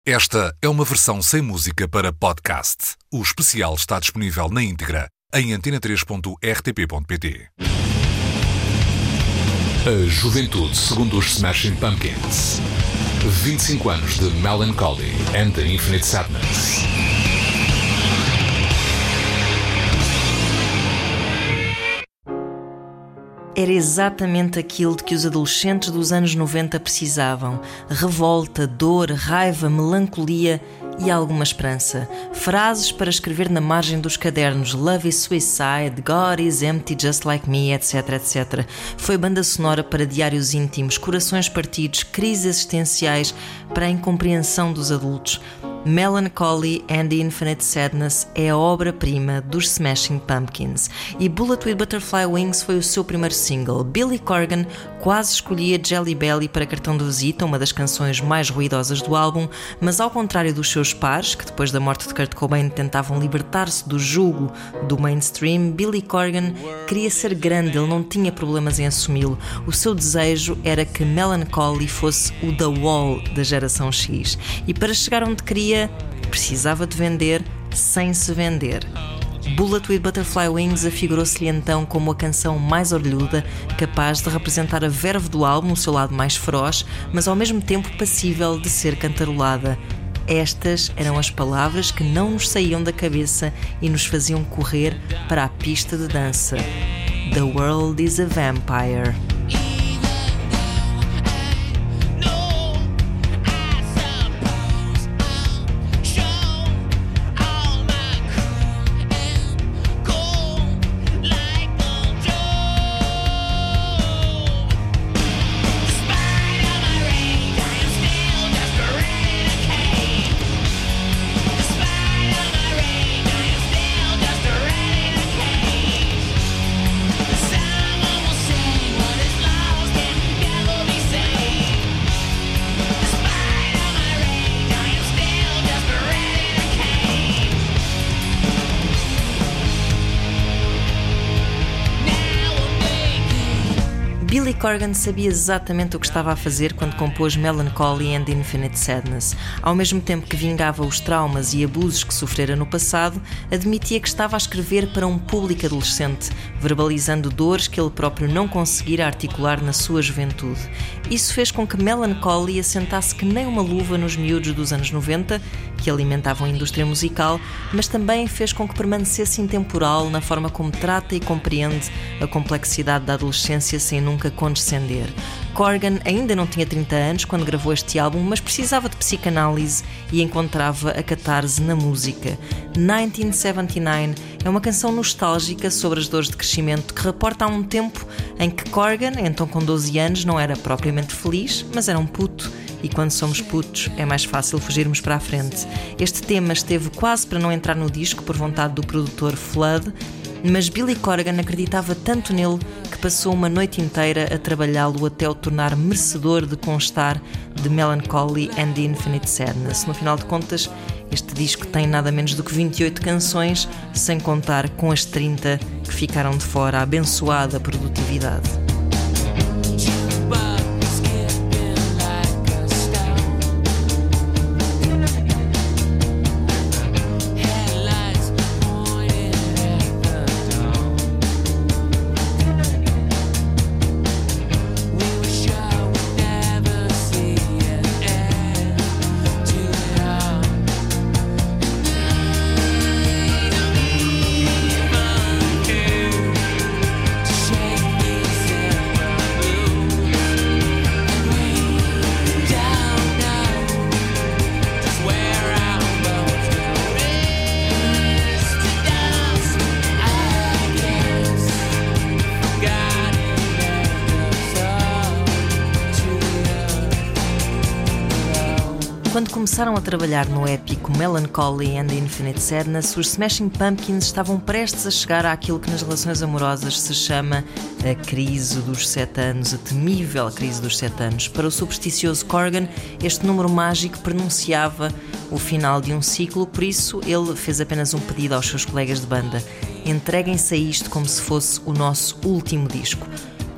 Esta é uma versão sem música para podcast. O especial está disponível na íntegra em antena3.rtp.pt. A juventude segundo os Smashing Pumpkins. 25 anos de Melancholy and the Infinite Sadness. Era exatamente aquilo de que os adolescentes dos anos 90 precisavam. Revolta, dor, raiva, melancolia e alguma esperança. Frases para escrever na margem dos cadernos. Love is suicide, God is empty just like me, etc, etc. Foi banda sonora para diários íntimos, corações partidos, crises existenciais para a incompreensão dos adultos. Melancholy and the Infinite Sadness é a obra-prima dos Smashing Pumpkins e Bullet with Butterfly Wings foi o seu primeiro single. Billy Corgan quase escolhia Jelly Belly para cartão de visita, uma das canções mais ruidosas do álbum, mas ao contrário dos seus pares, que depois da morte de Kurt Cobain tentavam libertar-se do jugo do mainstream, Billy Corgan queria ser grande, ele não tinha problemas em assumi-lo. O seu desejo era que Melancholy fosse o The Wall da geração X e para chegar onde queria precisava de vender sem se vender. Bullet with Butterfly Wings afigurou-se-lhe então como a canção mais orelhuda, capaz de representar a verve do álbum, o seu lado mais feroz, mas ao mesmo tempo passível de ser cantarolada. Estas eram as palavras que não nos saíam da cabeça e nos faziam correr para a pista de dança. The world is a vampire. Billy Corgan sabia exatamente o que estava a fazer quando compôs Melancholy and Infinite Sadness. Ao mesmo tempo que vingava os traumas e abusos que sofrera no passado, admitia que estava a escrever para um público adolescente, verbalizando dores que ele próprio não conseguira articular na sua juventude. Isso fez com que Melancholy assentasse que nem uma luva nos miúdos dos anos 90, que alimentavam a indústria musical, mas também fez com que permanecesse intemporal na forma como trata e compreende a complexidade da adolescência sem nunca condescender. Corgan ainda não tinha 30 anos quando gravou este álbum, mas precisava de psicanálise e encontrava a catarse na música. 1979 é uma canção nostálgica sobre as dores de crescimento que reporta a um tempo em que Corgan, então com 12 anos, não era propriamente feliz, mas era um puto. E quando somos putos é mais fácil fugirmos para a frente. Este tema esteve quase para não entrar no disco por vontade do produtor Flood, mas Billy Corgan acreditava tanto nele que passou uma noite inteira a trabalhá-lo até o tornar merecedor de constar de Melancholy and the Infinite Sadness. No final de contas, este disco tem nada menos do que 28 canções, sem contar com as 30 que ficaram de fora, a abençoada produtividade. Quando começaram a trabalhar no épico Melancholy and the Infinite Sadness, os Smashing Pumpkins estavam prestes a chegar àquilo que nas relações amorosas se chama a crise dos 7 anos, a temível crise dos 7 anos. Para o supersticioso Corgan, este número mágico pronunciava o final de um ciclo, por isso ele fez apenas um pedido aos seus colegas de banda: entreguem-se a isto como se fosse o nosso último disco.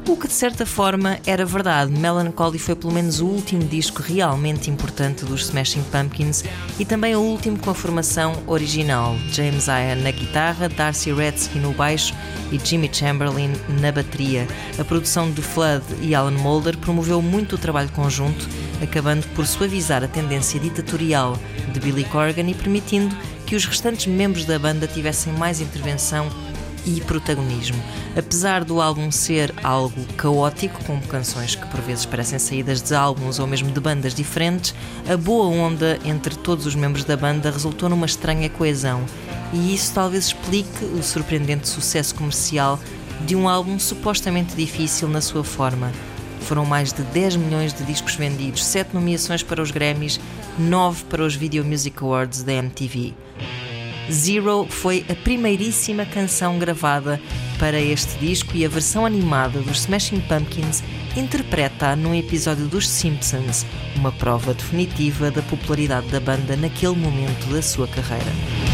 O que de certa forma era verdade. Melancholy foi pelo menos o último disco realmente importante dos Smashing Pumpkins e também o último com a formação original. James Iha na guitarra, Darcy Redsky no baixo e Jimmy Chamberlin na bateria. A produção de Flood e Alan Moulder promoveu muito o trabalho conjunto, acabando por suavizar a tendência ditatorial de Billy Corgan e permitindo que os restantes membros da banda tivessem mais intervenção e protagonismo. Apesar do álbum ser algo caótico, com canções que por vezes parecem saídas de álbuns ou mesmo de bandas diferentes, a boa onda entre todos os membros da banda resultou numa estranha coesão, e isso talvez explique o surpreendente sucesso comercial de um álbum supostamente difícil na sua forma. Foram mais de 10 milhões de discos vendidos, 7 nomeações para os Grammys, 9 para os Video Music Awards da MTV. Zero foi a primeiríssima canção gravada para este disco e a versão animada dos Smashing Pumpkins interpreta-a num episódio dos Simpsons, uma prova definitiva da popularidade da banda naquele momento da sua carreira.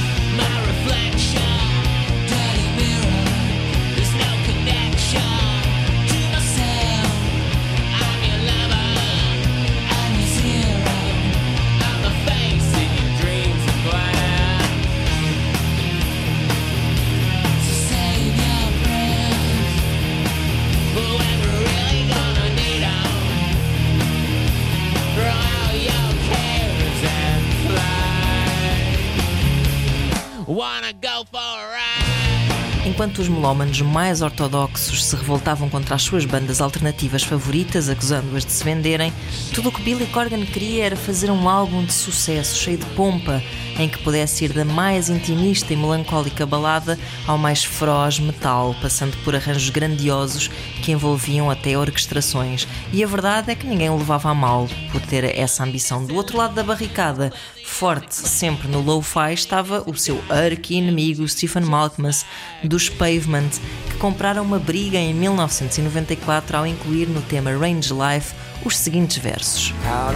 Enquanto os melómanos mais ortodoxos se revoltavam contra as suas bandas alternativas favoritas, acusando-as de se venderem, tudo o que Billy Corgan queria era fazer um álbum de sucesso, cheio de pompa, em que pudesse ir da mais intimista e melancólica balada ao mais feroz metal, passando por arranjos grandiosos que envolviam até orquestrações. E a verdade é que ninguém o levava a mal por ter essa ambição. Do outro lado da barricada, forte sempre no lo-fi, estava o seu arqui-inimigo Stephen Malkmus, dos Pavement, que compraram uma briga em 1994 ao incluir no tema Range Life os seguintes versos: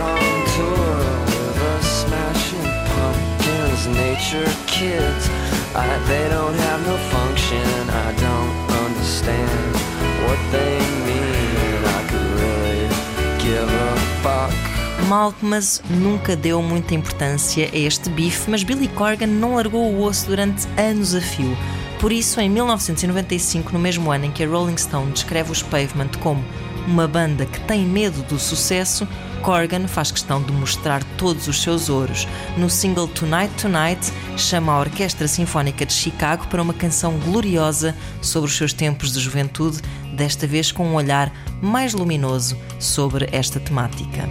Nature kids, they don't have no function. I don't understand what they mean. I could really give a fuck. Malkmus nunca deu muita importância a este bife, mas Billy Corgan não largou o osso durante anos a fio. Por isso, em 1995, no mesmo ano em que a Rolling Stone descreve os Pavement como uma banda que tem medo do sucesso, Corgan faz questão de mostrar todos os seus ouros. No single Tonight Tonight, chama a Orquestra Sinfónica de Chicago para uma canção gloriosa sobre os seus tempos de juventude, desta vez com um olhar mais luminoso sobre esta temática.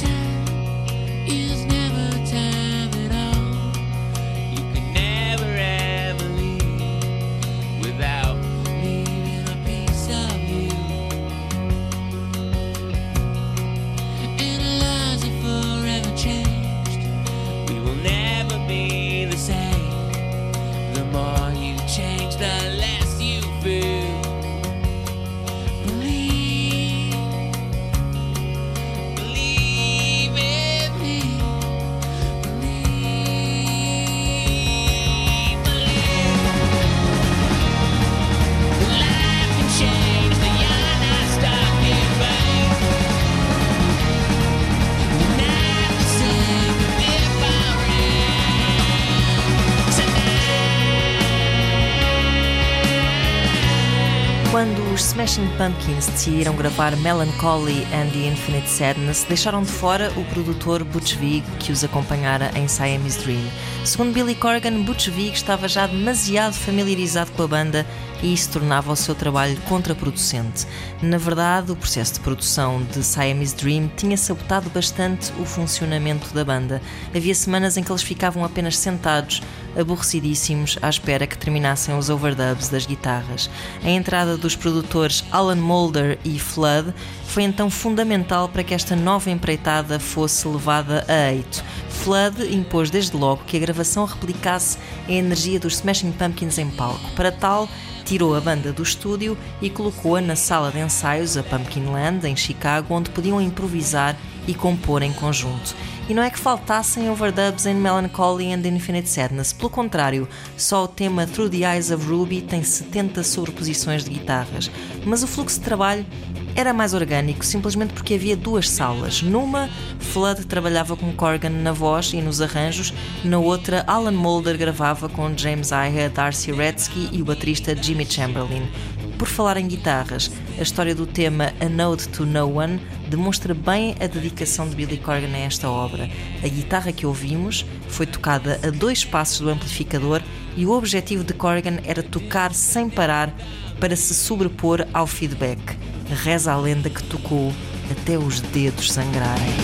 Quando os Smashing Pumpkins decidiram gravar Melancholy and the Infinite Sadness, deixaram de fora o produtor Butch Vig, que os acompanhara em Siamese Dream. Segundo Billy Corgan, Butch Vig estava já demasiado familiarizado com a banda e isso tornava o seu trabalho contraproducente. Na verdade, o processo de produção de Siamese Dream tinha sabotado bastante o funcionamento da banda. Havia semanas em que eles ficavam apenas sentados, aborrecidíssimos, à espera que terminassem os overdubs das guitarras. A entrada dos produtores Alan Moulder e Flood foi então fundamental para que esta nova empreitada fosse levada a eito. Flood impôs desde logo que a gravação replicasse a energia dos Smashing Pumpkins em palco. Para tal, tirou a banda do estúdio e colocou-a na sala de ensaios, a Pumpkin Land, em Chicago, onde podiam improvisar e compor em conjunto. E não é que faltassem overdubs em Melancholy and Infinite Sadness, pelo contrário, só o tema Through the Eyes of Ruby tem 70 sobreposições de guitarras, mas o fluxo de trabalho era mais orgânico, simplesmente porque havia duas salas. Numa, Flood trabalhava com Corgan na voz e nos arranjos, na outra, Alan Moulder gravava com James Iha, Darcy Redsky e o baterista Jimmy Chamberlin. Por falar em guitarras, a história do tema A Ode to No One demonstra bem a dedicação de Billy Corgan a esta obra. A guitarra que ouvimos foi tocada a 2 passos do amplificador e o objetivo de Corgan era tocar sem parar para se sobrepor ao feedback. Reza a lenda que tocou até os dedos sangrarem.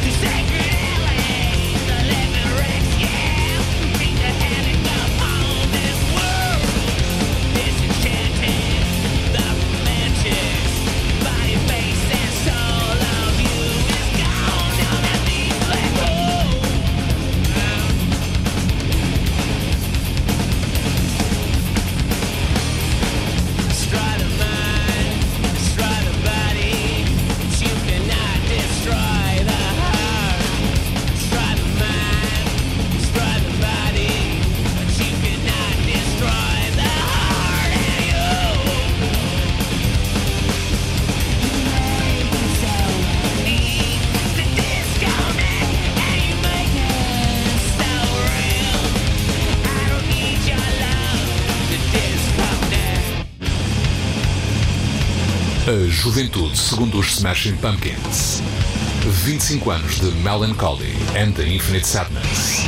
A juventude segundo os Smashing Pumpkins. 25 anos de Melancholy and the Infinite Sadness.